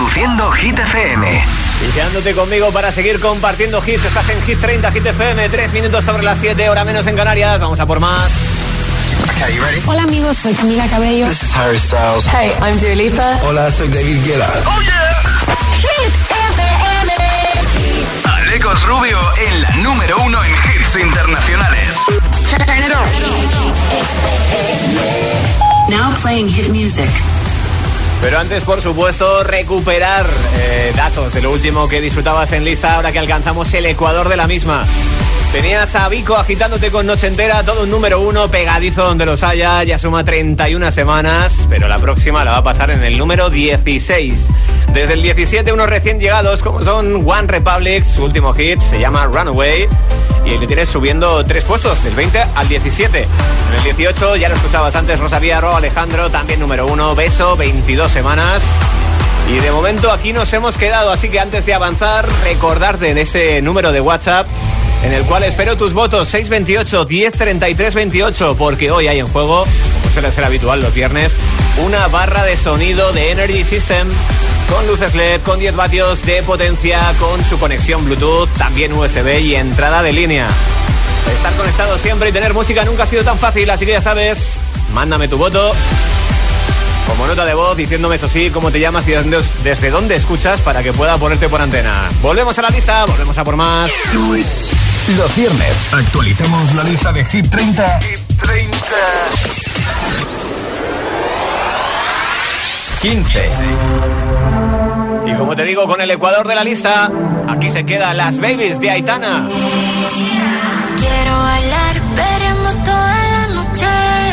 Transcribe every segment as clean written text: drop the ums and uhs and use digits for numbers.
Reproduciendo Hit FM. Y quedándote conmigo para seguir compartiendo hits. Estás en Hit 30, Hit FM. 3 minutos sobre las 7, hora menos en Canarias. Vamos a por más. Okay, you ready? Hola amigos, soy Camila Cabello. This is Harry Styles. Hey, I'm Dua Lipa. Hola, soy David Guetta. ¡Oh, yeah! Hit FM. Alecos Rubio en la número 1 en hits internacionales. Turn it on. Now playing hit music. Pero antes, por supuesto, recuperar datos de lo último que disfrutabas en lista ahora que alcanzamos el ecuador de la misma. Tenías a Vico agitándote con Noche Entera, todo un número 1 pegadizo donde los haya, ya suma 31 semanas, pero la próxima la va a pasar en el número 16. Desde el 17 unos recién llegados como son One Republic, su último hit se llama Runaway y le tienes subiendo 3 puestos, del 20 al 17. En el 18 ya lo escuchabas antes, Rosalía, Rauw Alejandro, también número 1, Beso, 22 semanas. Y de momento aquí nos hemos quedado, así que antes de avanzar, recordarte en ese número de WhatsApp en el cual espero tus votos, 628 1033 28, porque hoy hay en juego, como suele ser habitual los viernes, una barra de sonido de Energy System con luces LED, con 10 vatios de potencia, con su conexión Bluetooth, también USB y entrada de línea. Estar conectado siempre y tener música nunca ha sido tan fácil, así que ya sabes, mándame tu voto como nota de voz, diciéndome eso sí, cómo te llamas y desde dónde escuchas para que pueda ponerte por antena. Volvemos a la lista, volvemos a por más. Los viernes actualizamos la lista de Hit 30. Hit 30. 15. Y como te digo, con el ecuador de la lista, aquí se queda Las Babies de Aitana. Quiero bailar, veremos toda la noche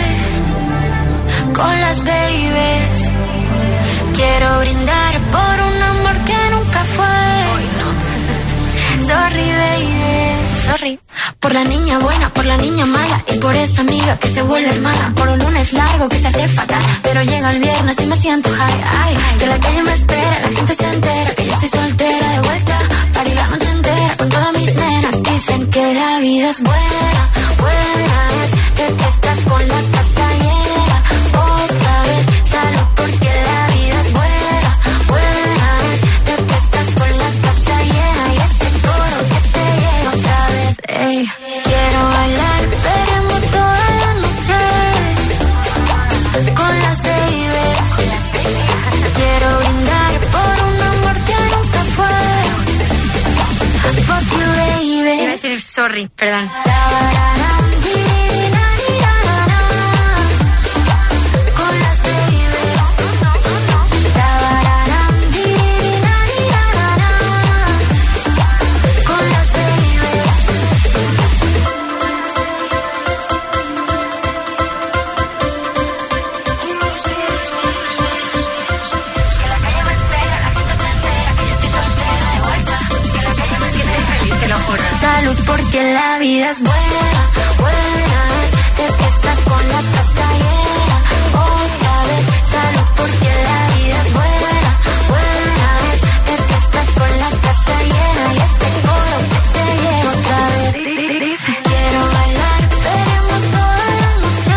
con las babies. Quiero brindar por un amor que nunca fue. Hoy no. Sorry, baby. Sorry. Por la niña buena, por la niña mala y por esa amiga que se vuelve hermana. Por un lunes largo que se hace fatal, pero llega el viernes y me siento high. Ay, que la calle me espera, la gente se entera que yo estoy soltera de vuelta. Party la noche entera con todas mis nenas. Dicen que la vida es buena, buena es de que estás con la casa llena. Otra vez, salud porque la vida es buena, buena es de que estás con la casa llena. Y este coro que te llega otra vez. Ey, quiero bailar, veremos toda la noche con las babies. Quiero brindar por un amor que nunca fue. Fuck you, baby. Iba a decir sorry, perdón. Salud porque la vida es buena, buena es de que estás con la casa llena. Otra vez, salud porque la vida es buena, buena es de que estás con la casa llena. Y este coro que te llega otra vez. Dice, quiero bailar, veremos toda la noche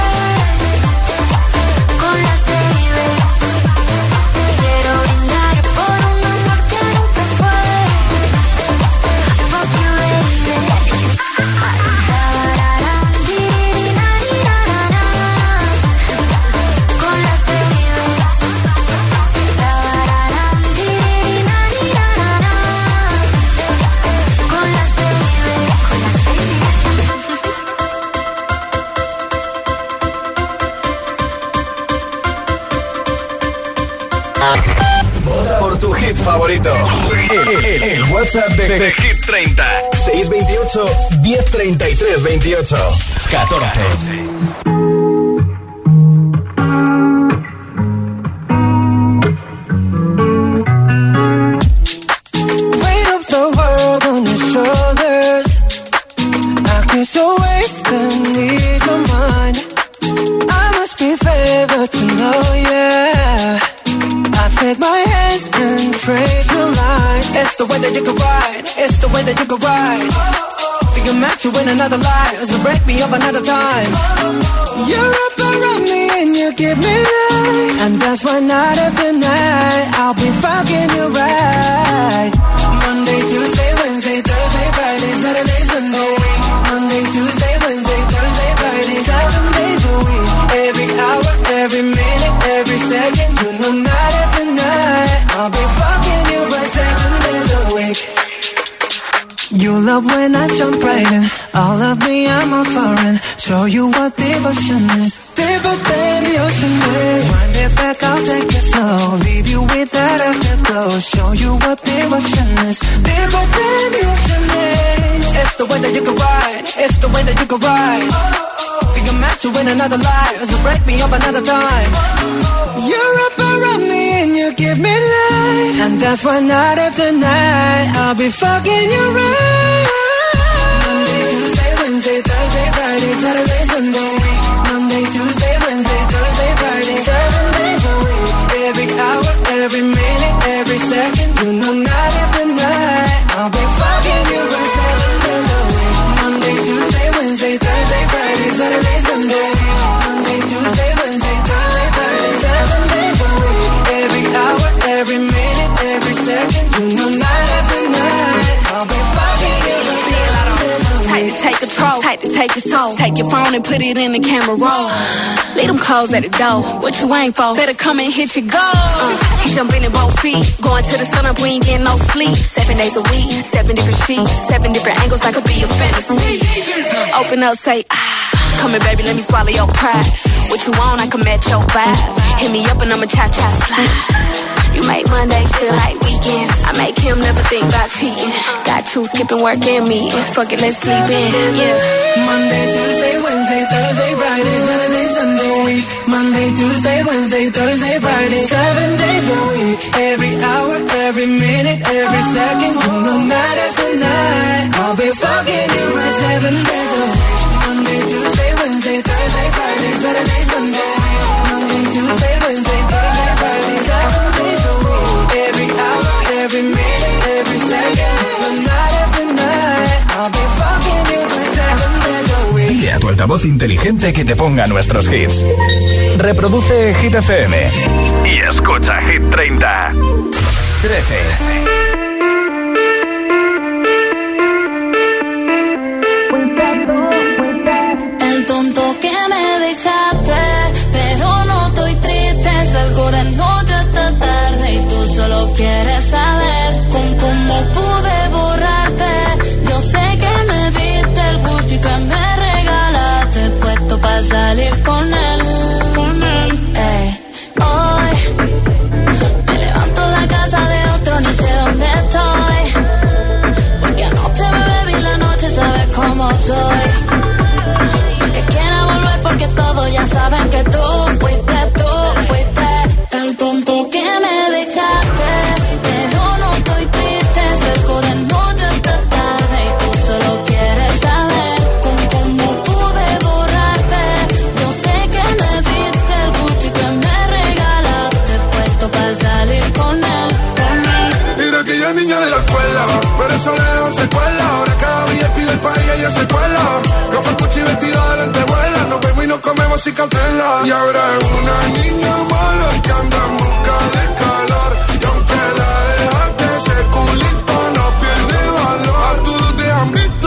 con las babies. Quiero brindar por un amor que nunca fue. Fuck you, Por tu hit favorito. El WhatsApp de Hit 30. 628 1033 28 14. You're wasting ease of mine. I must be favored to know, yeah. I take my hands and trace your lines. It's the way that you can ride. It's the way that you can ride. Think you match you in another life, so break me up another time. You're up around me and you give me life, and that's why night after night I'll be fucking you up when I jump right in. All of me, I'm a foreign. Show you what devotion is. Deeper than the ocean waves. Wind it back, I'll take it slow. Leave you with that afterglow. Show you what devotion is. Deeper than the ocean waves. It's the way that you can ride. It's the way that you can ride. Think I'm meant to win another life, so break me up another time. You're up around me and you give me life, and that's why night after night I'll be fucking you right. Monday, Tuesday, Wednesday, Thursday, Friday, Saturday, Sunday. Monday, Tuesday, Wednesday, Thursday, Friday, 7 days a week. Every hour, every minute, every second. You know night after night I'll be fucking you right 7 days a week. Monday, Tuesday, Wednesday, Thursday, Friday, Saturday, Sunday. Monday, Tuesday, Wednesday, Thursday, Friday, 7 days a week. Every hour, every minute, every second. You know night after night I'll be fucking you right 7 days a week. Tight to take control, tight to take your soul. Take your phone and put it in the camera roll. Leave them clothes at the door. What you ain't for? Better come and hit your goal. He jumping in both feet. Going to the sun up, we ain't getting no sleep. 7 days a week, 7 different sheets, 7 different angles, I could be a fantasy. Open up, say, come here, baby, let me swallow your pride. What you want, I can match your vibe. Hit me up and I'ma cha-cha slide. You make Mondays feel like weekends. I make him never think about cheating. Got you skipping work and me. Fuck it, let's sleep in, yeah. Monday, Tuesday, Wednesday, Thursday, Friday, Saturday, Sunday, week. Monday, Tuesday, Wednesday, Thursday, Friday, 7 days a week. Every hour, every minute, every second. You know night after night I'll be fucking you right 7 days a week. Monday, Tuesday, Wednesday, Thursday, Friday, Saturday, Sunday. Monday, Tuesday, Wednesday, Thursday, Friday, 7 days a week. Every hour, every minute, every second. Night after night I'll be fucking you right 7 days a week. Dile a tu altavoz inteligente que te ponga nuestros hits. Reproduce Hit FM y escucha Hit 30. 13. El tonto que me dejaste, pero no estoy triste. Salgo de noche hasta tarde y tú solo quieres saber con cómo pude borrarte. Yo sé que me viste el Gucci que me regalaste, puesto para salir con él. Hoy me levanto en la casa de otro, ni sé dónde estoy, porque anoche me bebí la noche, sabes cómo soy. Porque todos ya saben que tú fuiste el tonto que me dejaste, pero no estoy triste. Salgo de noche hasta tarde y tú solo quieres saber con cómo pude borrarte. Yo sé que me viste el Gucci que me regalaste, puesto para salir con él. Mira aquella niña de la escuela, pero eso lejos se cuela. Ahora cada día pide el país y ella se cuela. Gafas Gucci vestida de lentejuela. Nos vemos y nos comemos y cautela. Y ahora es una niña mala que anda en busca de calor. Y aunque la dejaste, ese culito no pierde valor. A todos te han visto.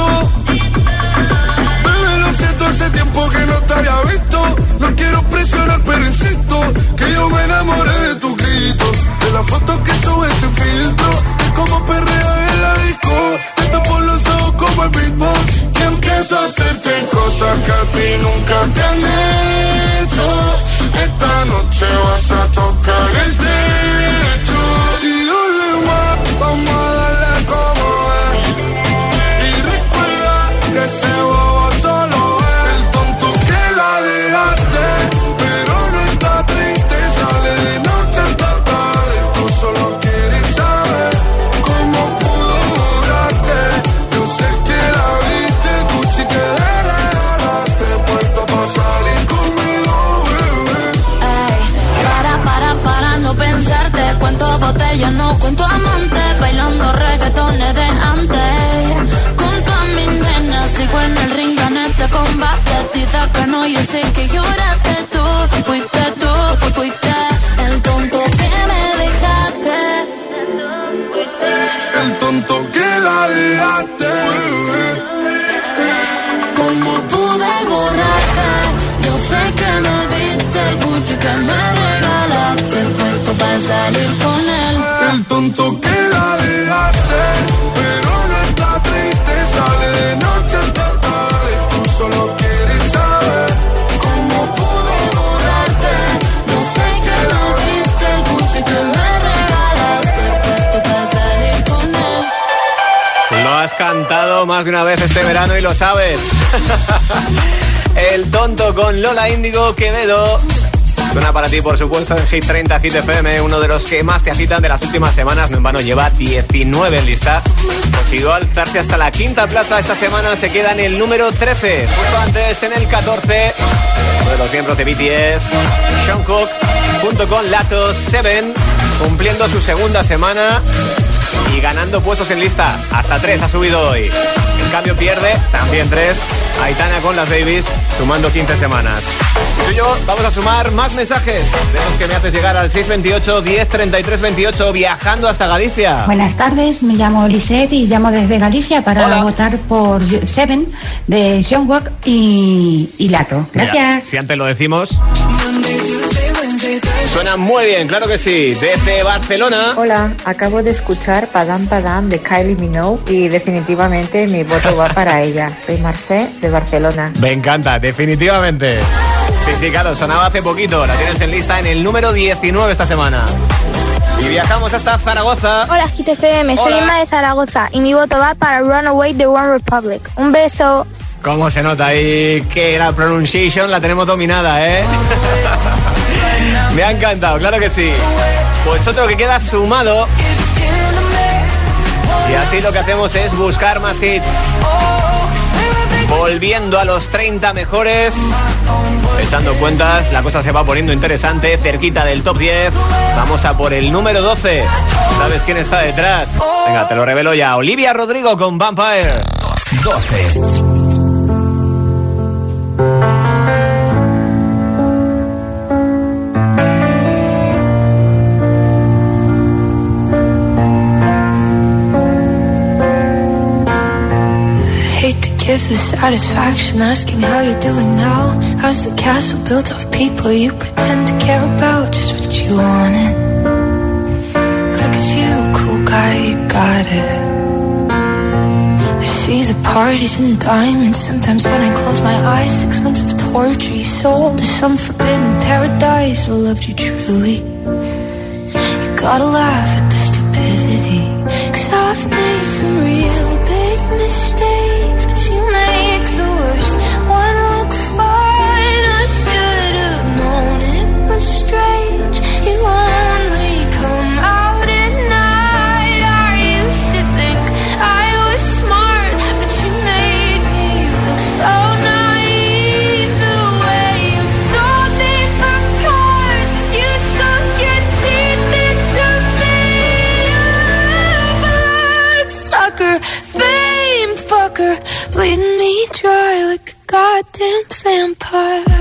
Bebé, lo siento, hace tiempo que no te había visto. No quiero presionar, pero insisto que yo me enamoré de tu grito, de la foto que subes sin filtro, de cómo perrea en la disco. Te tapo los ojos como el beatbox y empiezo a hacerte cosas que a ti nunca te han hecho. Esta noche vas a tocar el techo y dale más, vamos a darle como es. Y recuerda que ese bobo solo es el tonto que la dejaste, pero no está triste. Sale de noche hasta tarde, tú solo quieres saber cómo pudo durarte. Yo sé que la viste, el Gucci que le regalaste, puesto para salir conmigo, bebé. Ey, para no pensarte. Cuento botellas, no cuento amantes. Bailando reggaetones de antes. Junto a mi nena, sigo en el ring, gané este combate. Dice que no, yo sé que lloraste tú. Fuiste el tonto que me dejaste. El tonto que la dejaste, bebé. ¿Cómo pude borrarte? Yo sé que me viste el Gucci que me regalaste, puesto para salir con él. El tonto que la dejaste, pero no está triste. has cantado más de una vez este verano y lo sabes. El Tonto con Lola Índigo Quevedo. Suena para ti, por supuesto, en Hit 30, Hit FM, uno de los que más te agitan de las últimas semanas. No en vano, lleva 19 en lista. Consiguió alzarse hasta la quinta plaza esta semana, se queda en el número 13. Justo antes, en el 14, uno de los miembros de BTS, Jungkook, junto con Lato 7, cumpliendo su segunda semana y ganando puestos en lista. Hasta 3 ha subido hoy. En cambio pierde, también 3, Aitana con las Babies, sumando 15 semanas. Tú y yo vamos a sumar más mensajes de los que me haces llegar al 628 10 33 28, viajando hasta Galicia. Buenas tardes, me llamo Lisette y llamo desde Galicia para votar por Seven de Jungkook y Lato. Gracias. Mira, si antes lo decimos. Suena muy bien, claro que sí. Desde Barcelona. Hola, acabo de escuchar Padam Padam de Kylie Minogue y definitivamente mi voto va para ella. Soy Marcé de Barcelona. Me encanta, definitivamente. Sí, claro, sonaba hace poquito. La tienes en lista en el número 19 esta semana. Y viajamos hasta Zaragoza. Hola, Hit FM, soy Emma de Zaragoza y mi voto va para Runaway de One Republic. Un beso. ¿Cómo se nota ahí que la pronunciation la tenemos dominada, eh? Me ha encantado, claro que sí. Pues otro que queda sumado. Y así lo que hacemos es buscar más hits. Volviendo a los 30 mejores. Echando cuentas, la cosa se va poniendo interesante. Cerquita del top 10. Vamos a por el número 12. ¿Sabes quién está detrás? Venga, te lo revelo ya. Olivia Rodrigo con Vampire. 12. Give the satisfaction asking how you're doing now. How's the castle built of people you pretend to care about? Just what you wanted. Look at you, cool guy, you got it. I see the parties and diamonds. Sometimes when I close my eyes, 6 months of torture you sold to some forbidden paradise. I loved you truly. You gotta laugh at the stupidity, 'cause I've made some real big mistakes, but you make the worst one look fine. I should have known it was strange. You only come out at night. I used to think I was smart, but you made me look so naive. The way you sold me for parts, you sunk your teeth into me. Blood sucker, fame fucker, bleeding me dry like a goddamn vampire.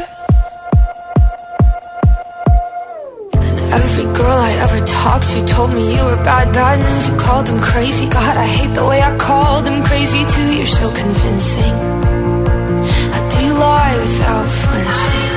And every girl I ever talked to told me you were bad, bad news. You called them crazy. God, I hate the way I called them crazy too. You're so convincing. How do you lie without flinching?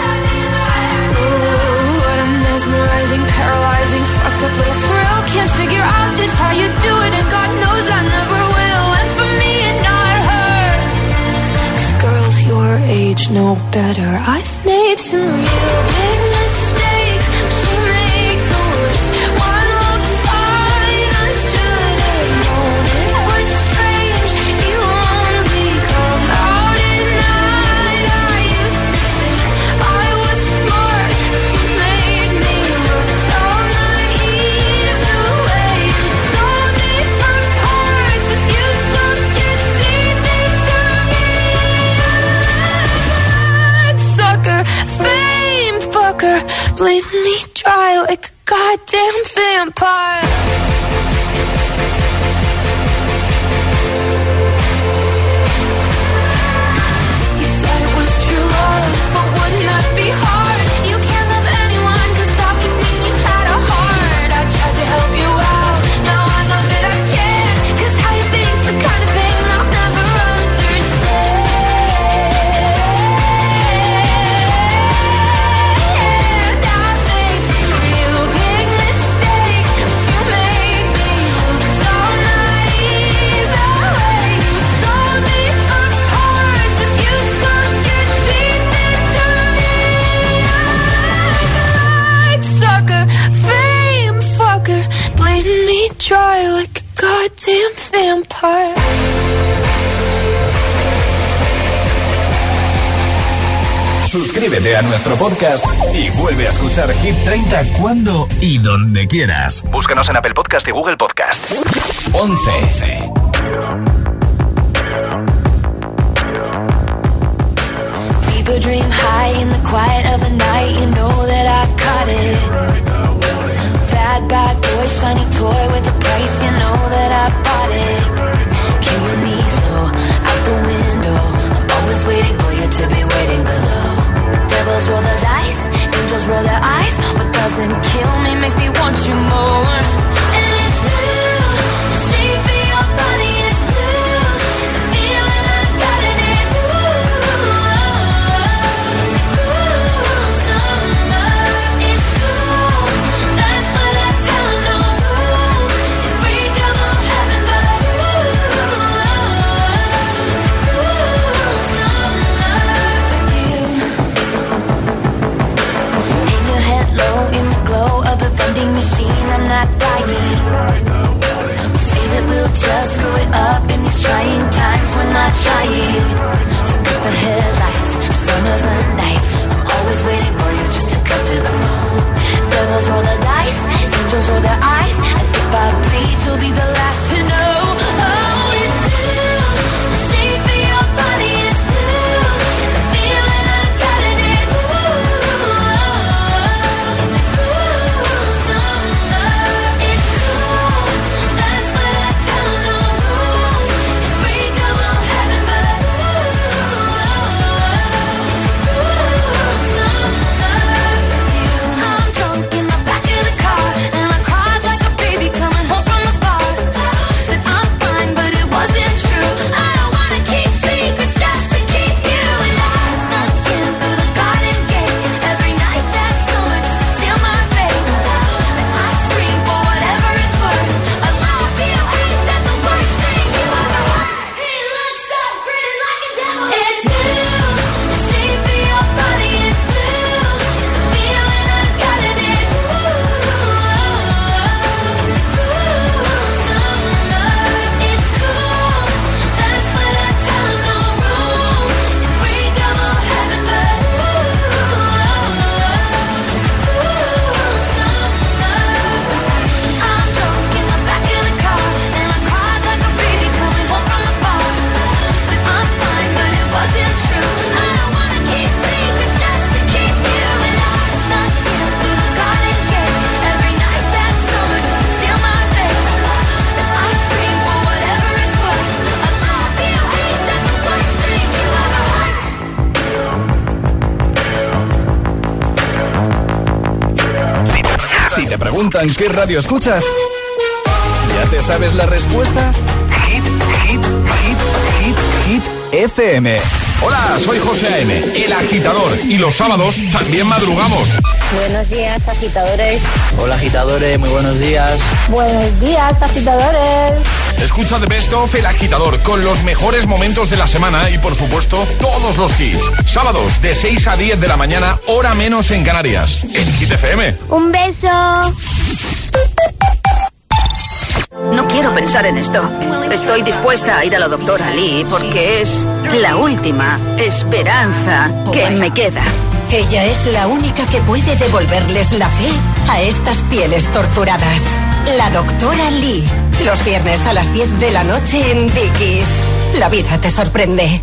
Ooh, what a mesmerizing, paralyzing, fucked up little thrill. Can't figure out just how you do it, and God knows I never will. And for me and not her, 'cause girls your age know better. I've made some real big mistakes, but you make the worst one look fine. I should have known it was strange. You only come out at night. I used to think I was smart, but you made me look so naive. The way you sold me for parts as you sunk your teeth into me. Sucker, fame fucker, bleeding me dry like a goddamn vampire. You said it was true love, but wouldn't that be hard? You can't love anyone, 'cause that would mean you had a heart. I tried to help you out, now I know that I can't, 'cause how you think's the kind of thing I'll never understand. I made some real big mistakes, but you made me look so naive. The way you sold me for parts as you sunk your teeth into me. Light sucker, fame fucker, bleeding me dry like a goddamn vampire. Suscríbete a nuestro podcast y vuelve a escuchar Hit 30 cuando y donde quieras. Búscanos en Apple Podcast y Google Podcast. 11. People dream high in the quiet of the night. You know that I caught it. Bad, bad boy, shiny toy with a price. You know that I bought it. Killing me slow, out the window. I'm always waiting for you to be waiting below. Devils roll the dice, angels roll their eyes. What doesn't kill me makes me want you more. And it's blue, the shape of your body is blue. The feeling I got in it too. It's cool summer, it's cool. That's what I tell 'em, no rules. Unbreakable heaven, but it's cool summer with you. Hang your head low in the glow of the vending machine. I'm not dying. We say that we'll just screw it up in these trying times. We're not trying. So get the headlights. Summer's a knife. I'm always waiting for you just to cut to the moon. Devils roll the dice. Angels roll their eyes. And if I bleed, you'll be the last to know. Oh, it's blue. The shape of your body is blue. The feeling I got in it too. It's cool summer. It's cool. That's what I tell 'em, no rules. Unbreakable heaven, but it's cool summer with you. I'm drunk in the back of the car, and I cried like a baby coming home from the bar. Said I'm fine, but it wasn't true. I don't wanna keep secrets just to keep you. And I snuck in through the garden gate every night that summer just to seal my fate. And I scream for whatever it's worth. I love you, ain't that the worst thing you ever heard? He looks so pretty like a devil. It's blue, the shape of your body is blue. The feeling I got in it too. It's cool summer, it's cool. That's what I tell 'em, no rules. Unbreakable heaven, but it's cool summer. I'm drunk in the back of the car, and I cried like a baby coming home from the bar. Said I'm fine, but it wasn't true. I don't wanna keep secrets just to keep you. And I snuck in through the garden gate every night that summer just to seal my fate. And I scream for whatever it's worth. I love you, ain't that the worst thing you ever heard? Si te preguntan qué radio escuchas, ¿ya te sabes la respuesta? Hit, Hit, Hit, Hit, Hit FM. Hola, soy José A.M., el agitador, y los sábados también madrugamos. Buenos días, agitadores. Hola, agitadores, muy buenos días. Buenos días, agitadores. Escucha The Best of El Agitador con los mejores momentos de la semana y, por supuesto, todos los hits. Sábados de 6 a 10 de la mañana, hora menos en Canarias, en Hit FM. Un beso. No quiero pensar en esto. Estoy dispuesta a ir a la doctora Lee porque es la última esperanza que me queda. Ella es la única que puede devolverles la fe a estas pieles torturadas. La doctora Lee. Los viernes a las 10 de la noche en Dickies. La vida te sorprende.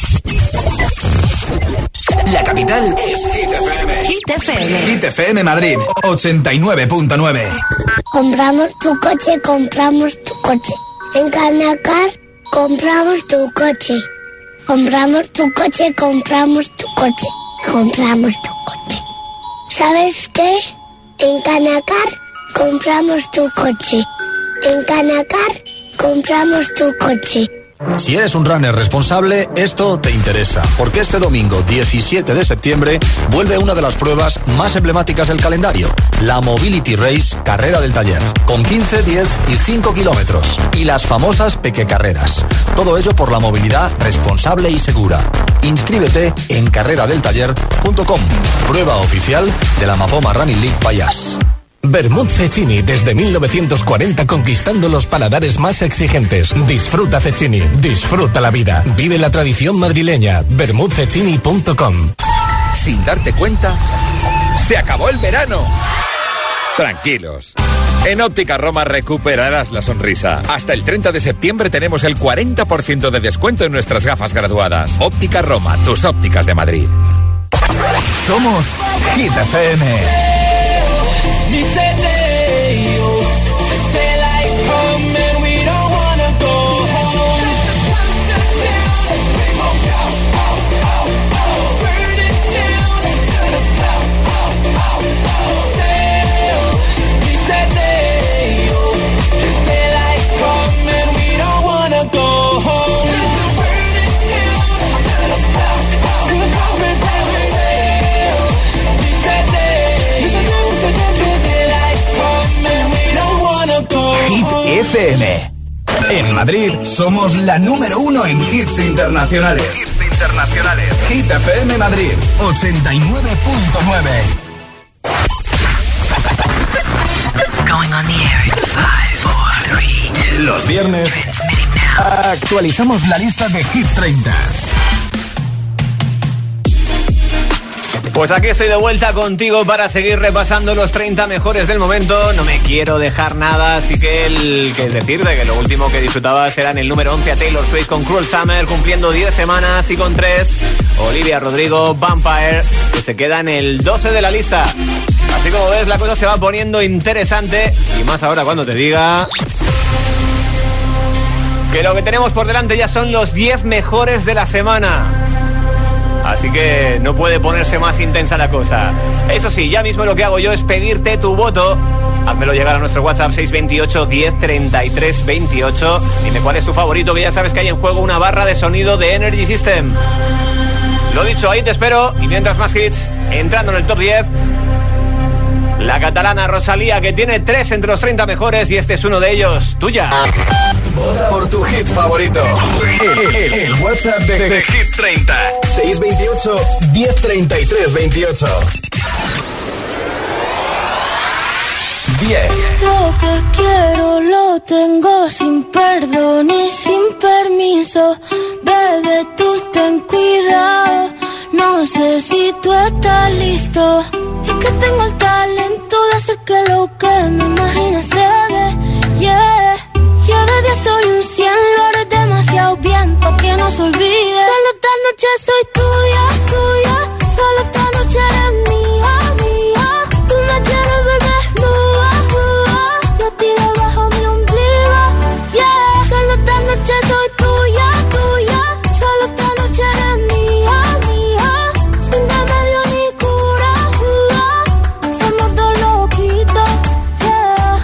La capital es Hit FM. Hit FM. Hit FM Madrid, 89.9. Compramos tu coche, compramos tu coche. En Canacar, compramos tu coche. Compramos tu coche, compramos tu coche. Compramos tu coche. ¿Sabes qué? En Canacar, compramos tu coche. En Canacar, compramos tu coche. Si eres un runner responsable, esto te interesa, porque este domingo 17 de septiembre vuelve una de las pruebas más emblemáticas del calendario, la Mobility Race Carrera del Taller, con 15, 10 y 5 kilómetros, y las famosas pequecarreras. Todo ello por la movilidad responsable y segura. Inscríbete en carreradeltaller.com, prueba oficial de la Mapoma Running League Payas. Vermut Cecchini, desde 1940 conquistando los paladares más exigentes. Disfruta Cecchini, disfruta la vida. Vive la tradición madrileña. vermutcecchini.com. Sin darte cuenta, se acabó el verano. Tranquilos. En Óptica Roma recuperarás la sonrisa. Hasta el 30 de septiembre tenemos el 40% de descuento en nuestras gafas graduadas. Óptica Roma, tus ópticas de Madrid. Somos Hit FM. Hit FM. En Madrid somos la número 1 en hits internacionales. Hit FM Madrid 89.9. Going on the air in 5, 4, 3, 2. Los viernes actualizamos la lista de Hit 30. Pues aquí estoy de vuelta contigo para seguir repasando los 30 mejores del momento. No me quiero dejar nada, así que decirte que lo último que disfrutabas era en el número 11 a Taylor Swift con Cruel Summer, cumpliendo 10 semanas, y con 3 Olivia Rodrigo, Vampire, que se queda en el 12 de la lista. Así como ves, la cosa se va poniendo interesante, y más ahora cuando te diga que lo que tenemos por delante ya son los 10 mejores de la semana. Así que no puede ponerse más intensa la cosa. Eso sí, ya mismo lo que hago yo es pedirte tu voto. Házmelo llegar a nuestro WhatsApp 628 10 33 28. Dime cuál es tu favorito, que ya sabes que hay en juego una barra de sonido de Energy System. Lo dicho, ahí te espero. Y mientras más hits, entrando en el top 10, la catalana Rosalía, que tiene 3 entre los 30 mejores, y este es uno de ellos, tuya. Vota por tu hit favorito. El WhatsApp de Hit 30. 628 1033 28. 10. Lo que quiero lo tengo sin perdón y sin permiso. Bebé, tú ten cuidado. No sé si tú estás listo. Es que tengo el talento de hacer que lo que me imagine se dé. Yeah. Yo de 10 soy un 100, lo haré demasiado bien pa' que no se olvide. Solo esta noche soy tuya, tuya. Solo esta noche eres mía, mía. Tú me quieres ver desnuda, yo a ti debajo mi ombligo. Yeah, solo esta noche soy tuya, tuya. Solo esta noche eres mía, mía. Sin remedio ni cura, somos dos loquitos, yeah.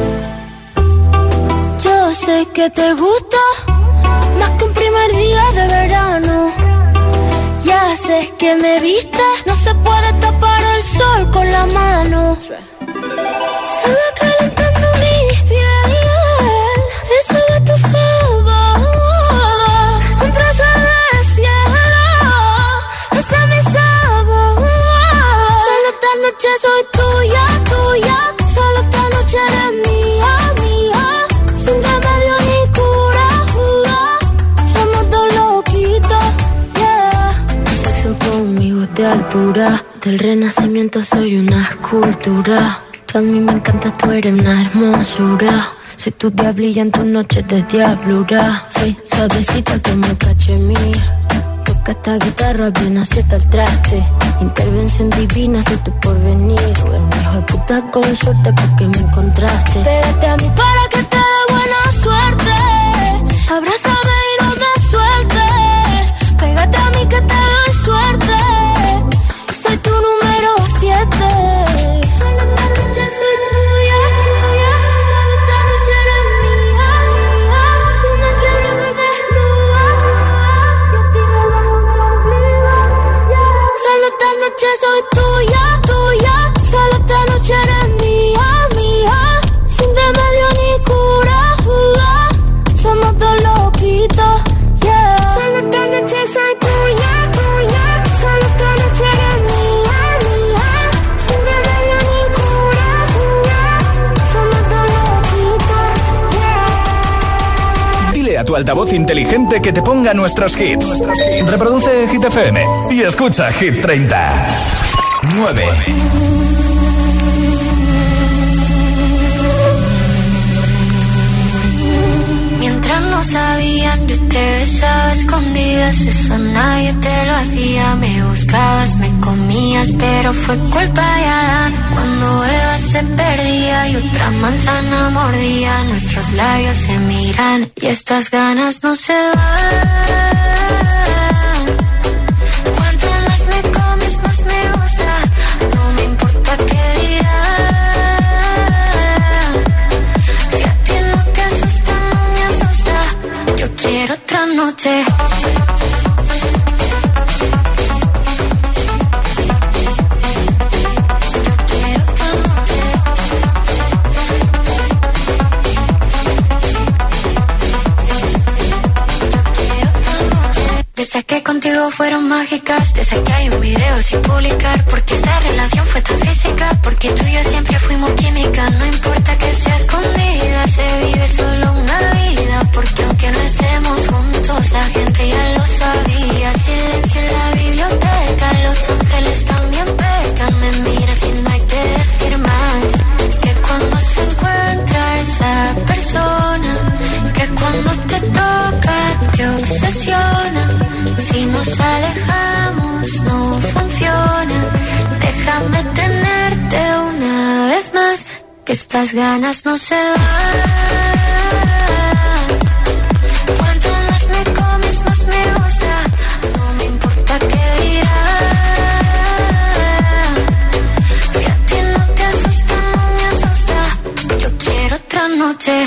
Yo sé que te gusta más que un primer día de verano. Ya sé que me viste, no se puede tapar el sol con la mano. Se va calentando mi piel y sube tu favor. Un trozo de cielo, ese es mi sabor. Solo esta noche soy tuya, tuya. Solo esta noche eres mía, mía. Sin remedio ni cura, somos dos loquitos, yeah. Sexo conmigo de altura, del renacimiento soy una escultura. Tú a mí me encanta, tú eres una hermosura. Soy tu diablilla en tus noches de diablura. Soy suavecita como cachemir. Toca esta guitarra bien acierta el traste. Intervención divina, soy tu porvenir. Tú eres un hijo de puta con suerte porque me encontraste. Pégate a mí para que te dé buena suerte. Abrázame y no me sueltes. Pégate a mí que te doy suerte. Soy tu número 7. Solo esta noche soy tuya, tuya. Solo esta noche eres mía, mía. Tú me quieres ver desnuda, yo te debajo mi ombligo, yeah. Solo esta noche soy tuya, tuya. Solo esta noche eres mía, mía. Sin remedio tu altavoz inteligente que te ponga nuestros hits. Reproduce Hit FM y escucha Hit 30. 9. Mientras no sabían, yo te besaba a escondidas. Eso nadie te lo hacía. Me buscabas, me comías, pero fue culpa de Adán. Cuando Eva se perdía y otra manzana mordía, nuestros labios se miran y estas ganas no se van. Cuanto más me comes, más me gusta. No me importa qué dirán. Si a ti no te asusta, no me asusta. Yo quiero otra noche. Desde que contigo fueron mágicas, desde que hay un video sin publicar, porque esta relación fue tan física, porque tú y yo siempre fuimos química. No importa que sea escondida, se vive solo una vida, porque aunque no estemos juntos, la gente ya lo sabía. Silencio en la biblioteca, los ángeles también pecan. Me miras y no hay que decir más, que cuando se encuentra esa persona, que cuando te toca te obsesiona. Si nos alejamos no funciona. Déjame tenerte una vez más, que estas ganas no se van. Cuanto más me comes, más me gusta. No me importa qué dirán. Si a ti no te asusta, no me asusta. Yo quiero otra noche.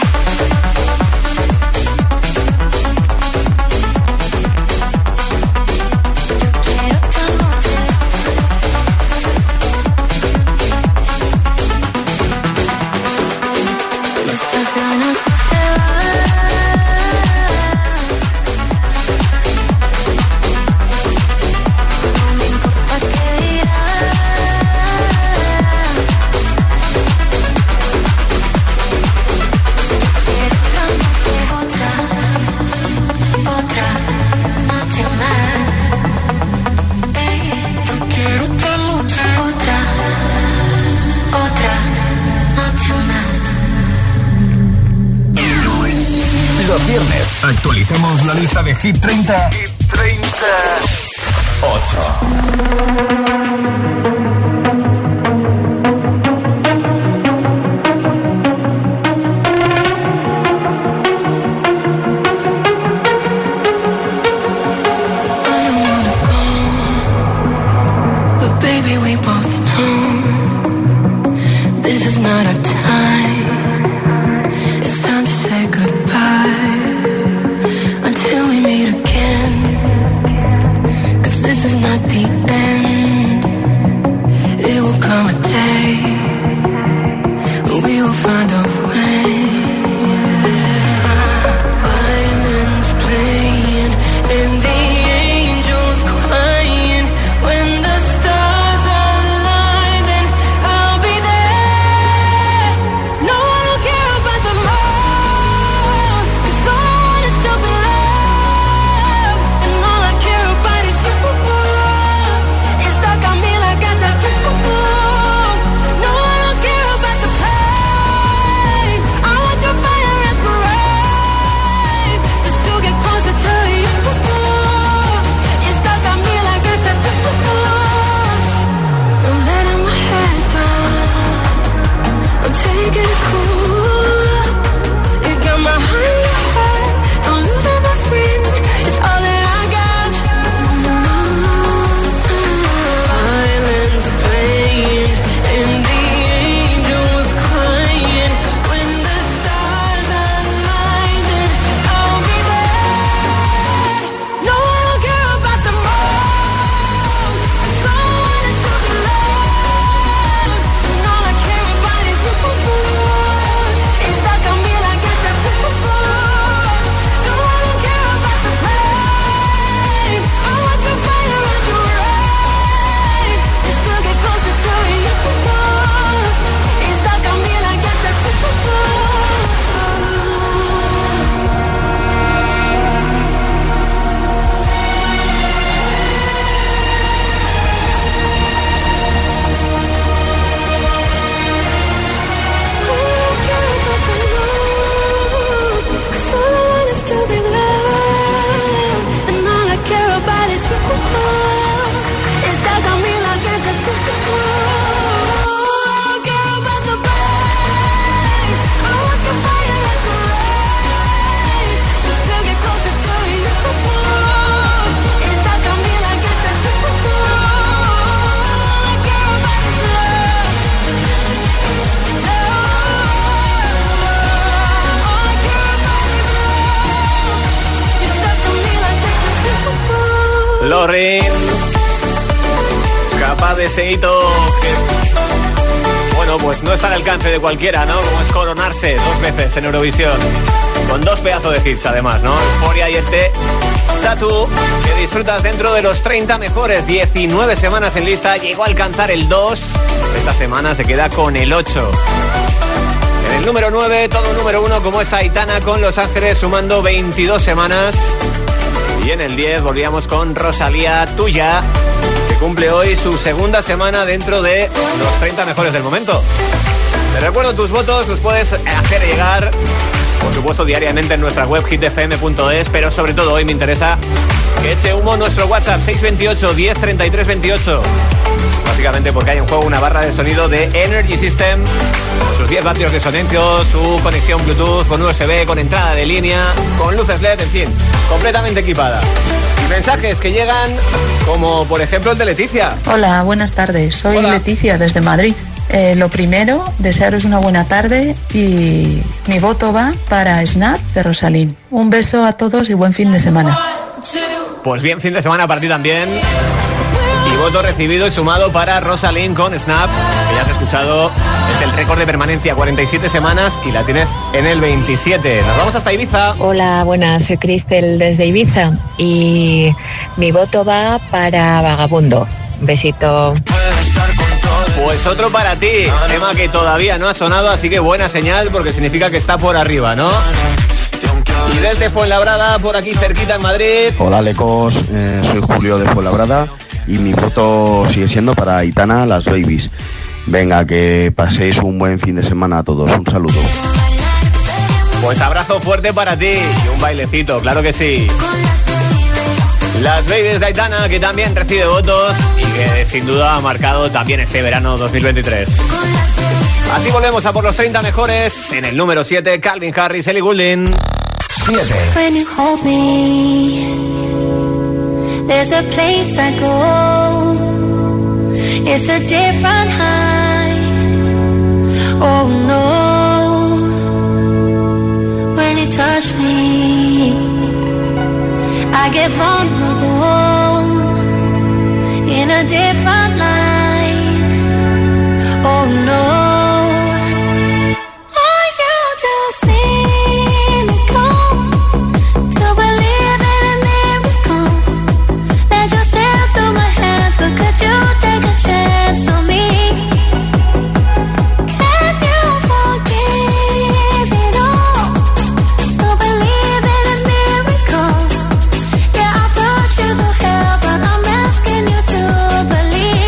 Los viernes actualicemos la lista de Hit 30. Hit 30. 8. This is not the end. Lorin, capaz de ese hito que, bueno, pues no está al alcance de cualquiera, ¿no? Como es coronarse 2 veces en Eurovisión, con 2 pedazos de hits además, ¿no? Euphoria y este Tattoo, que disfrutas dentro de los 30 mejores. 19 semanas en lista, llegó a alcanzar el 2, esta semana se queda con el 8. En el número 9, todo número 1 como es Aitana con Los Ángeles, sumando 22 semanas. Y en el 10 volvíamos con Rosalía, Tuya, que cumple hoy su segunda semana dentro de los 30 mejores del momento. Te recuerdo, tus votos los puedes hacer llegar, por supuesto, diariamente en nuestra web hitfm.es, pero sobre todo hoy me interesa que eche humo nuestro WhatsApp 628 10 33 28. Básicamente porque hay en juego una barra de sonido de Energy System, con sus 10 vatios de silencio, su conexión Bluetooth, con USB, con entrada de línea, con luces LED, en fin, completamente equipada. Y mensajes que llegan, como por ejemplo el de Leticia. Hola, buenas tardes, soy Leticia desde Madrid. Lo primero, desearos una buena tarde y mi voto va para Snap de Rosalín. Un beso a todos y buen fin de semana. Pues bien, fin de semana para ti también. Y voto recibido y sumado para Rosalín con Snap, que ya has escuchado, es el récord de permanencia, 47 semanas y la tienes en el 27. Nos vamos hasta Ibiza. Hola, buenas, soy Cristel desde Ibiza y mi voto va para Vagabundo. Besito. Pues otro para ti, tema que todavía no ha sonado, así que buena señal porque significa que está por arriba, ¿no? Y desde Fuenlabrada, por aquí cerquita en Madrid. Hola, Lecos, soy Julio de Fuenlabrada y mi voto sigue siendo para Aitana, Las Babies. Venga, que paséis un buen fin de semana a todos, un saludo. Pues abrazo fuerte para ti y un bailecito, claro que sí. Las Babies de Aitana, que también recibe votos y que sin duda ha marcado también este verano 2023. Así volvemos a por los 30 mejores. En el número 7, Calvin Harris, Ellie Goulding. 7. When you hold me, there's a place I go. It's a different high. Oh no. When you touch me, I get vulnerable in a different light. Oh no. Believe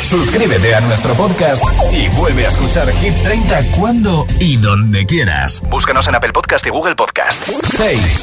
Suscríbete a nuestro podcast y vuelve a escuchar Hit 30 cuando y donde quieras. Búscanos en Apple Podcast y Google Podcast. 6.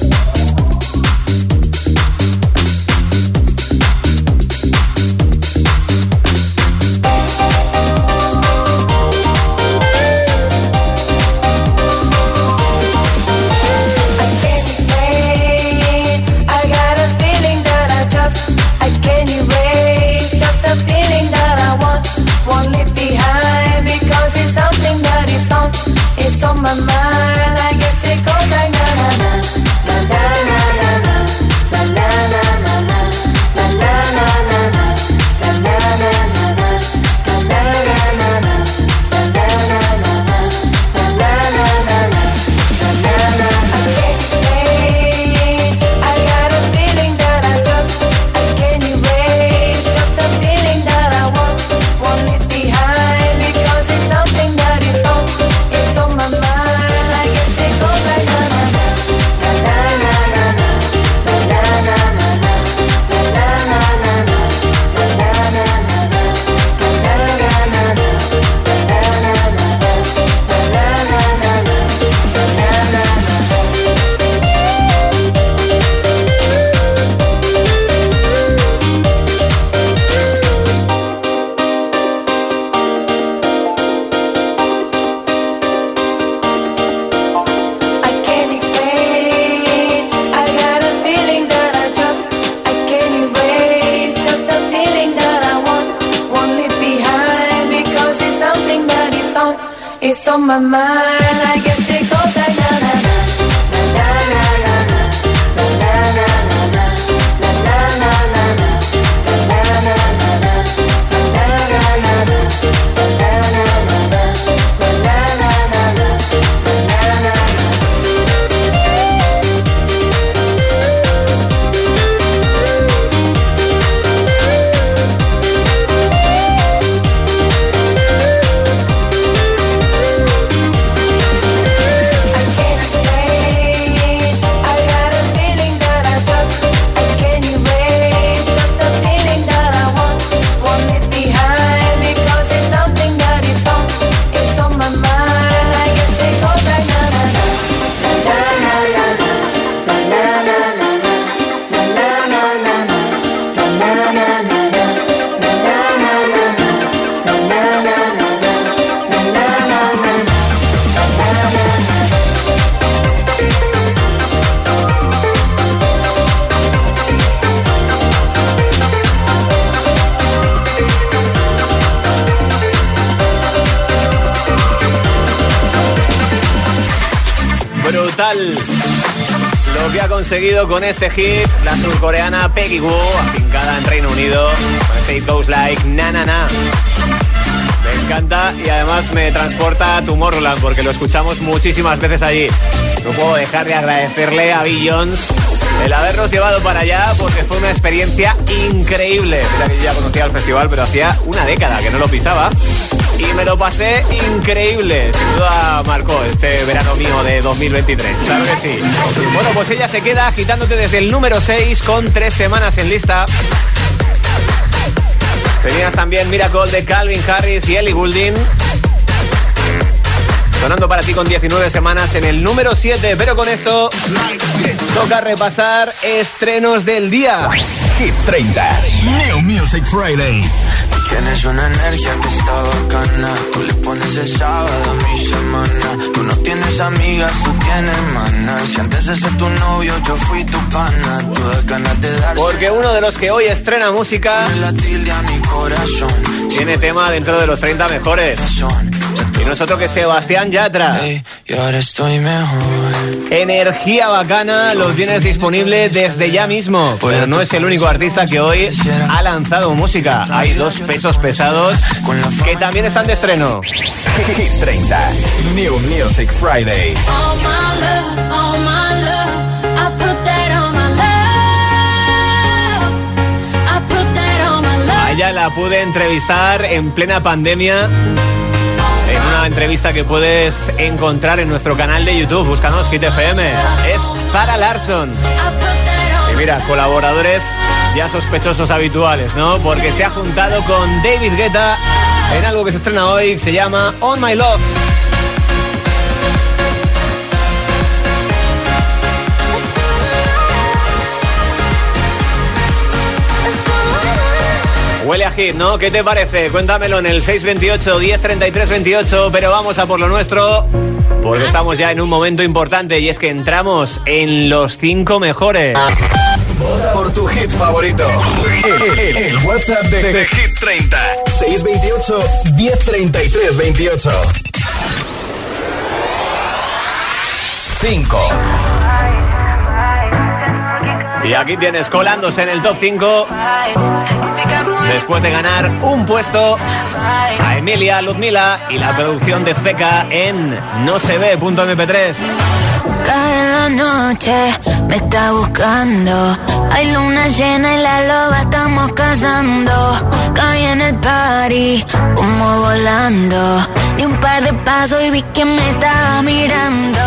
My mind, I guess it goes like na na na na na na na na na na na na na na na na na. It's on my mind, I guess it goes like na na na na na na na na na na na na na Lo que ha conseguido con este hit la surcoreana Peggy Goo, afincada en Reino Unido, con este It Goes Like Na Na Na. Me encanta y además me transporta a Tomorrowland porque lo escuchamos muchísimas veces allí. No puedo dejar de agradecerle a Bill Jones el habernos llevado para allá porque fue una experiencia increíble. Mira que yo ya conocía el festival, pero hacía una década que no lo pisaba. Y me lo pasé increíble. Sin duda marcó este verano mío de 2023. Claro que sí. Bueno, pues ella se queda agitándote desde el número 6 con 3 semanas en lista. Tenías también Miracle de Calvin Harris y Ellie Goulding, sonando para ti con 19 semanas en el número 7. Pero con esto toca repasar estrenos del día. Hit 30 New Music Friday. Tienes una energía que está bacana. Tú le pones el sábado a mi semana. Tú no tienes amigas, tú tienes manas. Si antes de ser tu novio yo fui tu pana. Tú das ganas de darse. Porque uno de los que hoy estrena música tiene tema dentro de los 30 mejores. Y nosotros que Sebastián Yatra. Hey, y ahora estoy mejor. Energía bacana, lo tienes disponible desde ya mismo. Pero no es el único artista que hoy ha lanzado música. Hay dos pesos pesados que también están de estreno. Hit 30 New Music Friday. All my love, I put that on my love. I put that on my love. A ella la pude entrevistar en plena pandemia. En una entrevista que puedes encontrar en nuestro canal de YouTube, búscanos Hit FM. Es Zara Larsson. Y mira, colaboradores ya sospechosos habituales, ¿no? Porque se ha juntado con David Guetta en algo que se estrena hoy, se llama On My Love. Huele a hit, ¿no? ¿Qué te parece? Cuéntamelo en el 628 1033 28, pero vamos a por lo nuestro, porque estamos ya en un momento importante y es que entramos en los 5 mejores. Vota por tu hit favorito. El WhatsApp de Hit 30. 628 1033 28. 5. Y aquí tienes colándose en el top 5, después de ganar un puesto, a Emilia Ludmila y la producción de Zeka en No se ve.mp3. Cae la noche, me está buscando. Hay luna llena y la loba estamos cazando. Caí en el party, como volando. Di un par de pasos y vi que me estaba mirando.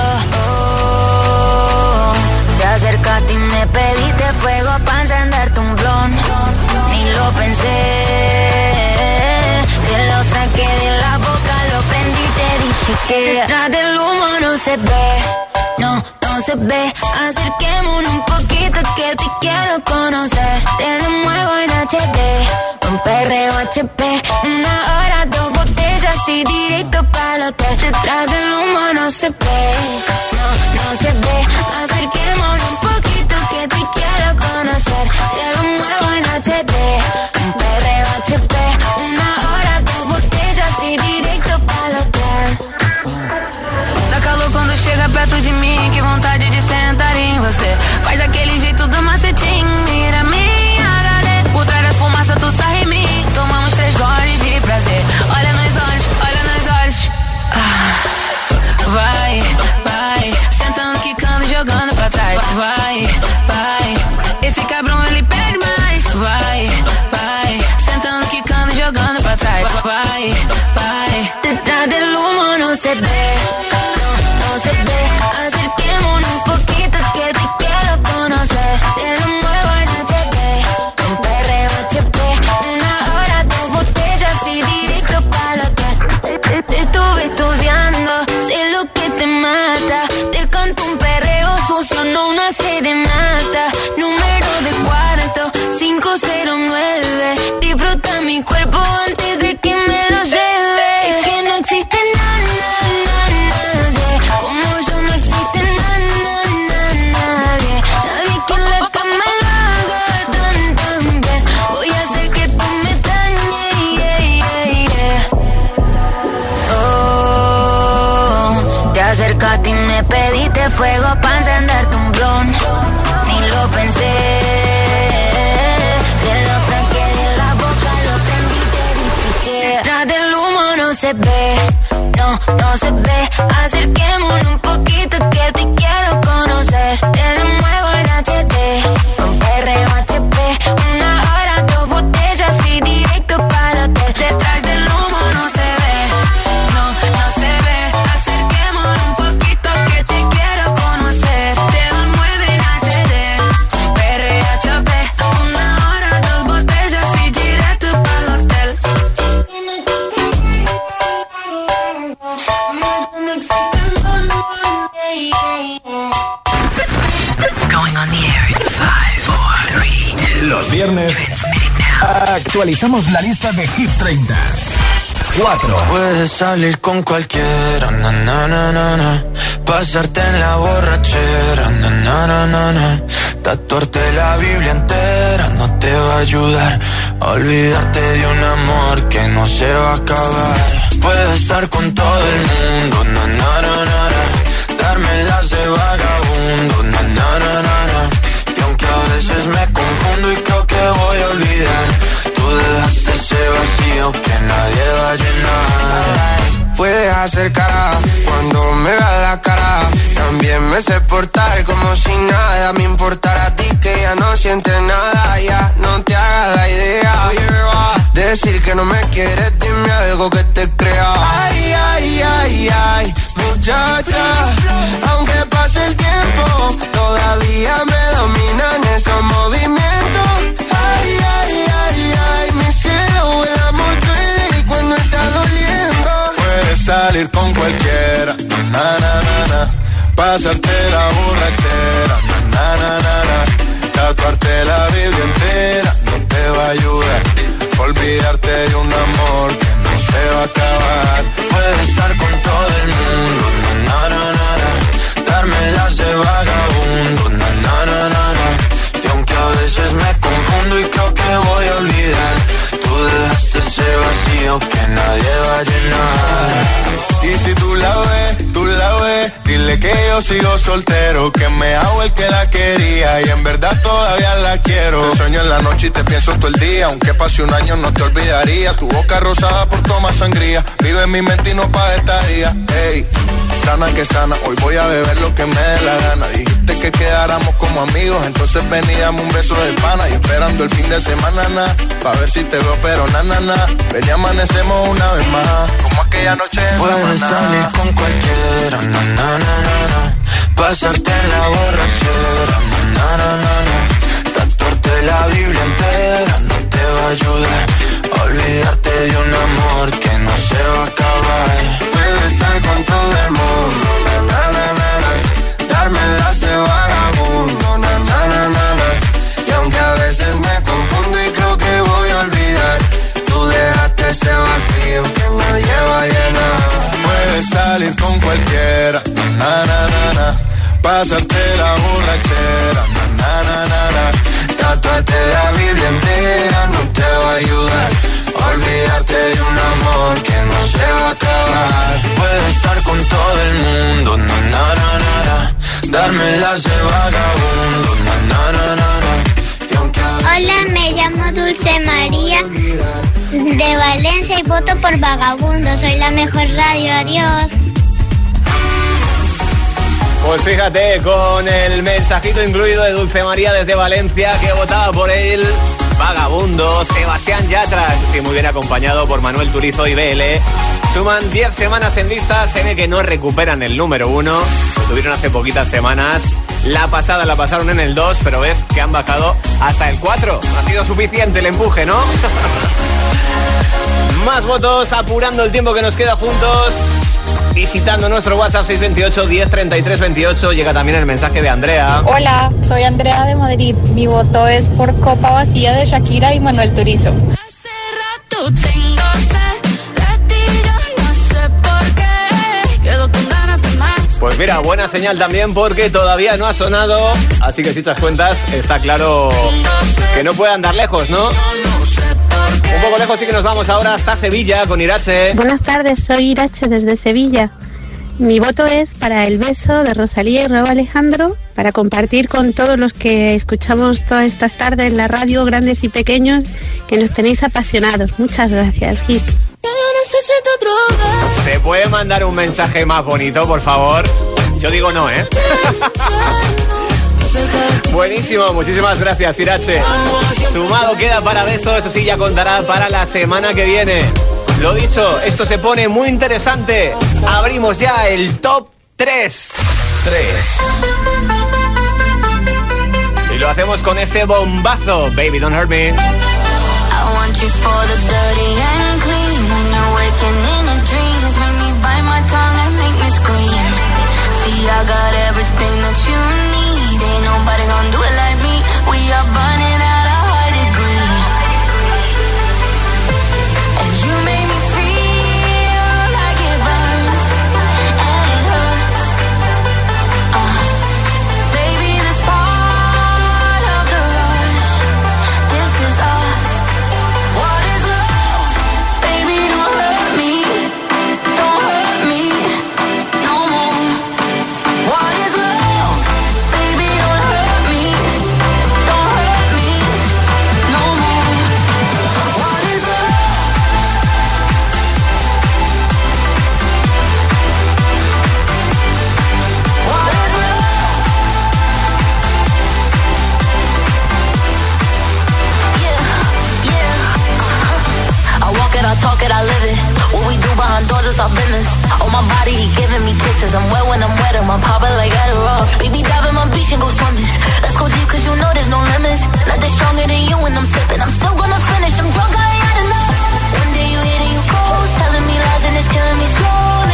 Te acercaste y me pediste fuego para encenderte un blon. Ni lo pensé, te lo saqué de la boca, lo prendí y te dije que detrás del humo no se ve, no se ve. Acerquémonos un poquito que te quiero conocer. Te lo muevo en HD, un perreo HP. 1 hora, 2 botellas y directo para el hotel. Detrás del humo no se ve, no se ve. Acerquémonos un poquito que te quiero conocer. Te lo muevo en HD, un perreo HP. 1 hora, 2 botellas y directo para el hotel. Dá calor quando chega perto de mim, que vontade de sentar em você. Faz aquele jeito do macetinho, mira minha HD. Por trás da fumaça tu sai em mim, tomamos 3 goles de prazer. Olha nos olhos, vai, sentando, quicando, jogando pra trás. Vai, esse cabrão ele pede mais. Vai, sentando, quicando, jogando pra trás. Vai, detrás del humo no se ve, no se ve. Acerquémonos un poquito que te quiero conocer. Te lo muevo en HD, un perreo HP. 1 hora, 2 botellas y directo para el hotel. Te estuve estudiando, sé lo que te mata. Te canto un perreo sucio, no una serenata. Número de cuarto, 509. Disfruta mi cuerpo antes de que me lo lleve. Es que no existe nadie como yo, no existe nadie. Nadie que en la cama lo haga tan bien. Voy a hacer que tú me dañes. Oh, te acercaste y me pediste fuego para encenderte un blon. Ni lo pensé, te lo saqué de la boca, lo prendí y te dije que detrás del humo no se ve, no se ve. Acerquémonos un poquito que te quiero conocer. Te lo muevo en HD, un perreo HP. 1 hora, 2 botellas y directo para el hotel. Detrás del humo no se ve, no se ve. Acerquémonos un poquito que te quiero conocer. Te lo muevo en HD, un perreo HP. 1 hora, 2 botellas y directo para el hotel. Going on the air in 5, 4, 3, 2. Los viernes actualizamos la lista de Hit 30. 4. Puedes salir con cualquiera, na, na, na, na, na. Pasarte en la borrachera, na, na, na, na, na. Tatuarte la Biblia entera no te va a ayudar a olvidarte de un amor que no se va a acabar. Puedes estar con todo el mundo, na, na, na, na, na. Darme las de vagabundo, na, na, na, na, na. Y aunque a veces me confundo y creo que voy a olvidar, tú dejaste ese vacío que nadie va a llenar. Puedes hacer cara cuando me veas la cara. También me sé portar como si nada me importara a ti, que ya no sientes nada. Ya no te hagas la idea. Oye, me va a decir que no me quieres, dime algo que te crea. Ay, ay, ay, ay, muchacha. Aunque pase el tiempo, todavía me dominan esos movimientos. salir con cualquiera, na, na, na, na. Pasarte la borrachera, na, na, na, na. Tatuarte la Biblia entera no te va a ayudar. Olvidarte de un amor que no se va a acabar. Puedes estar con todo el mundo, na, na, na, na. Darme las de vagabundo, na, na, na, na, na. Y aunque a veces me confundo y creo que voy a olvidar, tú dejaste ese vacío que nadie va a llenar. Y si tú la ves, dile que yo sigo soltero, que me hago el que la quería y en verdad todavía la quiero. Te sueño en la noche y te pienso todo el día, aunque pase un año no te olvidaría. Tu boca rosada por tomar sangría, vive en mi mente y no pa' estadía. Ey, sana que sana, hoy voy a beber lo que me dé la gana. Dijiste que quedáramos como amigos, entonces ven y dame un beso de pana. Y esperando el fin de semana, na, pa' ver si te veo, pero na, na, na. Ven y amanecemos una vez más, como aquella noche en Puedes salir con cualquiera, na, na, na, na, na. Pasarte en la borrachera, na, na, na, na. Tatuarte la Biblia entera no te va a ayudar. Olvidarte de un amor que no se va a acabar. Puedes estar con todo el mundo, na, na, na, na. Darme las de vagabundo, na, na, na, na, na. Y aunque a veces me confundo y creo que voy a olvidar, tú dejaste ese vacío que nadie va a llenar. Puedes salir con cualquiera, na, na, na, na. Pasarte la borrachera, na, na, na, na. Tatuarte la Biblia entera no te va a ayudar. Olvidarte de un amor que no se va a acabar. Puedes estar con todo el mundo, na, na, na, na, na. Darme las de vagabundo, na, na, na, na, na. Y aunque Hola, me llamo Dulce María de Valencia y voto por Vagabundo. Soy la mejor radio, adiós. Pues fíjate, con el mensajito incluido de Dulce María desde Valencia, que votaba por él, Vagabundo. Sebastián Yatra, que muy bien acompañado por Manuel Turizo y BL. Suman 10 semanas en lista, se ve que no recuperan el número 1. Lo tuvieron hace poquitas semanas. La pasada la pasaron en el 2, pero ves que han bajado hasta el 4. No ha sido suficiente el empuje, ¿no? Más votos, apurando el tiempo que nos queda juntos. Visitando nuestro WhatsApp 628 10 33 28. Llega también el mensaje de Andrea. Hola, soy Andrea de Madrid. Mi voto es por Copa Vacía de Shakira y Manuel Turizo. Hace rato tengo sed de ti, yo no sé por qué. Quedo con ganas de más. Pues mira, buena señal también porque todavía no ha sonado. Así que si echas cuentas, está claro que no puede andar lejos, ¿no? Un poco lejos sí que nos vamos ahora hasta Sevilla con Irache. Buenas tardes, soy Irache desde Sevilla. Mi voto es para El beso de Rosalía y Rauw Alejandro, para compartir con todos los que escuchamos todas estas tardes en la radio, grandes y pequeños, que nos tenéis apasionados. Muchas gracias, Hit. ¿Se puede mandar un mensaje más bonito, por favor? Yo digo no, ¿eh? Buenísimo, muchísimas gracias, Irache. Sumado queda para beso, eso sí ya contará para la semana que viene. Lo dicho, esto se pone muy interesante. Abrimos ya el top 3. Y lo hacemos con este bombazo, Baby Don't Hurt Me. I want you for the dirty and clean. When you're waking in your dreams, make me bite my tongue and make me scream. See, I got everything that you need. Ain't nobody gonna do it like me. We are burning at a high degree. And you make me feel like it burns and it hurts. Baby, this part of the rush. This is us. What is love? Baby, don't hurt me. Don't hurt me no more. What is love? Baby, don't hurt me. Don't hurt me no more. What is love? What is love? I walk it, I talk it, I live it. What we do behind doors is our business. On my body, he giving me kisses. I'm wet when I'm wet, I'm popping like Adderall. Baby, dive in my beach and go swimming. Let's go deep, cause you know there's no limits. Nothing stronger than you when I'm sipping. I'm still gonna finish, I'm drunk, I ain't had enough. One day you hit and you cold, telling me lies and it's killing me slow.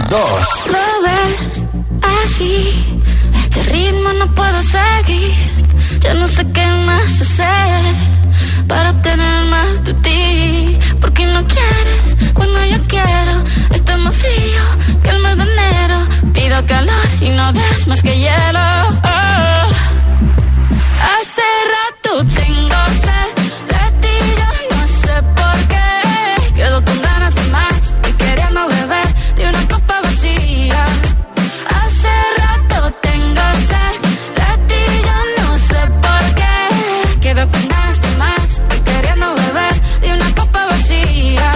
2. Lo ves así, este ritmo no puedo seguir. Ya no sé qué más hacer para obtener más de ti. Porque no quieres cuando yo quiero. Está más frío que el mes de enero. Pido calor y no des más que hielo. Oh. Hace rato tengo sed de ti, yo no sé por qué. Quedo con ganas de más y queriendo beber de una copa vacía. Hace rato tengo sed de ti, yo no sé por qué. Quedo con ganas de más y queriendo beber de una copa vacía.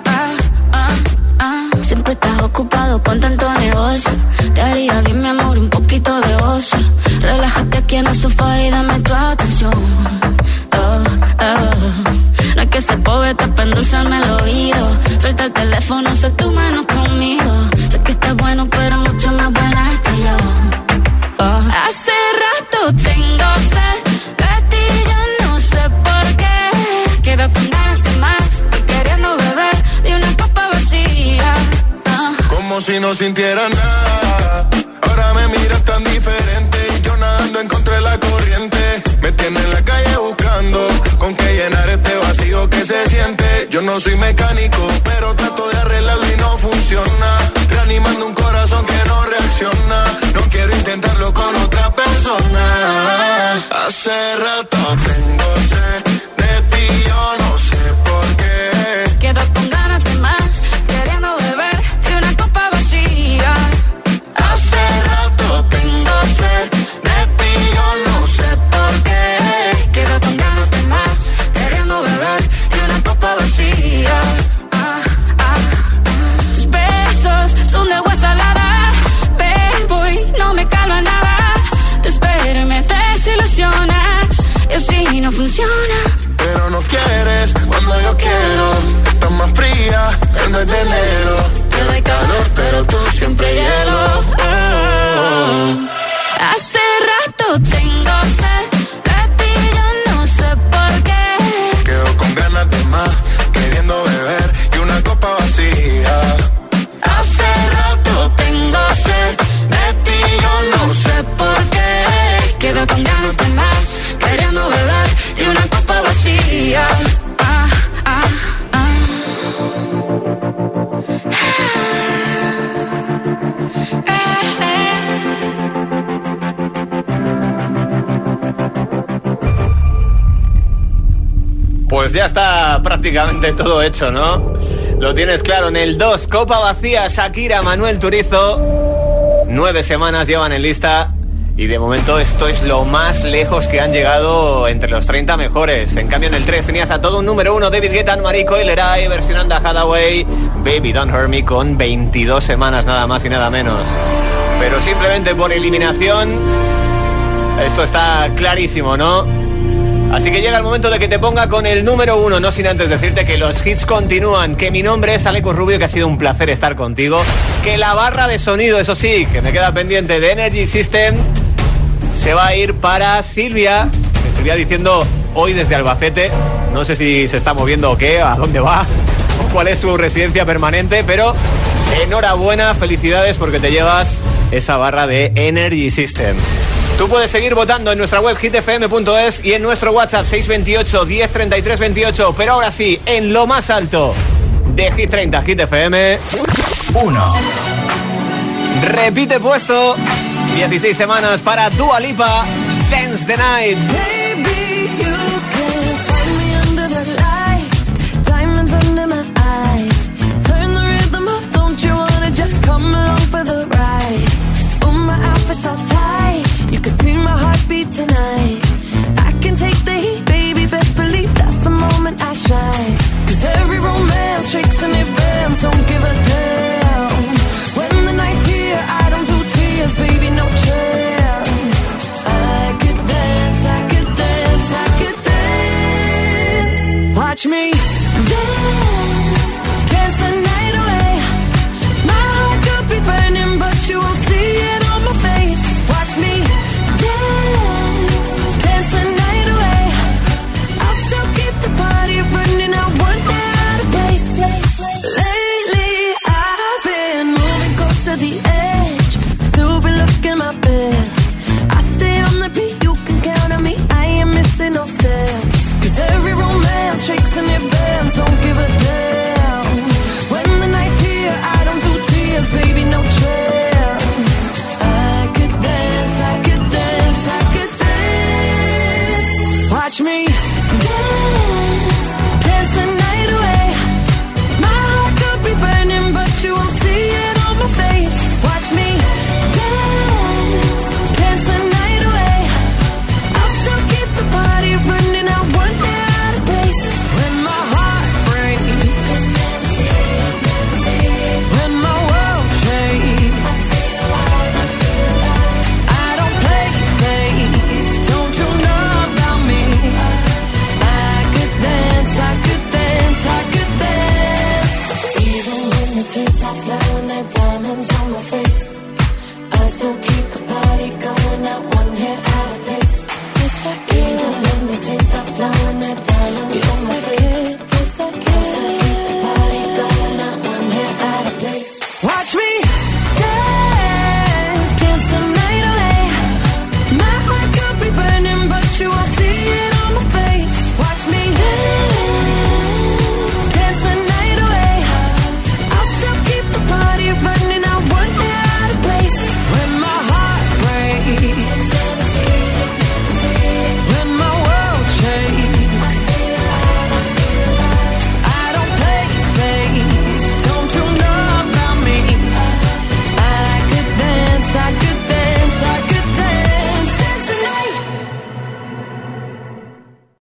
Siempre estás ocupado con tanto negocio. Te haría bien, mi amor, un poquito de ocio. Relájate aquí en el sofá y dame tu atención. No hay que ser poeta para endulzarme el oído. Suelta el teléfono, sé tu mano conmigo. Sé que estás bueno, pero mucho más buena estoy yo. Hace rato tengo sed de ti, yo no sé por qué. Quedo con ganas de más y queriendo beber de una copa vacía. Como si no sintiera nada. Ahora me miras tan diferente y yo nadando en contra de la corriente. Me tiene en la calle buscando con qué llenar este vacío que se siente. Yo no soy mecánico, pero trato de arreglarlo y no funciona. Reanimando un corazón que no reacciona. No quiero intentarlo con otra persona. Hace rato tengo sed de ti, yo no sé por qué. Quedo con ganas de más, queriendo beber de una copa vacía. Hace rato tengo sed de ti, yo no sé por qué. Quedo con ganas de más, queriendo beber de una copa vacía. Tus besos son de agua salada, baby, no me calma nada. Te espero y me desilusionas, y así no funciona. Pero no quieres cuando yo quiero. Estás más fría que el mes de enero. Te doy calor, pero tú siempre hielo. Hace rato tengo sed de ti, yo no sé por qué. Quedo con ganas de más, queriendo beber y una copa vacía. Hace rato tengo sed de ti, yo no sé por qué. Quedo con ganas de más, queriendo beber y una copa vacía. Pues ya está prácticamente todo hecho, ¿no? Lo tienes claro. En el 2, copa vacía, Shakira, Manuel Turizo. 9 semanas llevan en lista y de momento esto es lo más lejos que han llegado entre los 30 mejores. En cambio en el 3 tenías a todo un número 1, David Guetta, Marie Coileray, versionando a Hathaway, Baby Don't Hurt Me, con 22 semanas nada más y nada menos. Pero simplemente por eliminación, esto está clarísimo, ¿no? Así que llega el momento de que te ponga con el número 1, no sin antes decirte que los hits continúan, que mi nombre es Aleco Rubio, que ha sido un placer estar contigo, que la barra de sonido, eso sí, que me queda pendiente, de Energy System, se va a ir para Silvia, que estuviera diciendo hoy desde Albacete, no sé si se está moviendo o qué, a dónde va, o cuál es su residencia permanente, pero enhorabuena, felicidades porque te llevas esa barra de Energy System. Tú puedes seguir votando en nuestra web hitfm.es y en nuestro WhatsApp 628 10 33 28. Pero ahora sí, en lo más alto de Hit 30 Hit FM 1. Repite puesto. 16 semanas para Dua Lipa, Dance the Night. Baby, you can find me under the lights, diamonds under my eyes. Turn the rhythm up, don't you wanna just come along for the ride? Oh, my outfit's all tight. You can see my heartbeat tonight. I can take the heat, baby, best believe that's the moment I shine. 'Cause every romance shakes and it bends, don't give a damn. When the night's here, I don't do tears, baby, no chance. I could dance, I could dance, I could dance. Watch me dance, dance the night away. My heart could be burning, but you won't see it on my face. Watch me dance, dance the night away. I'll still keep the party running, I won't get out of place. Lately I've been moving closer Dance, dancing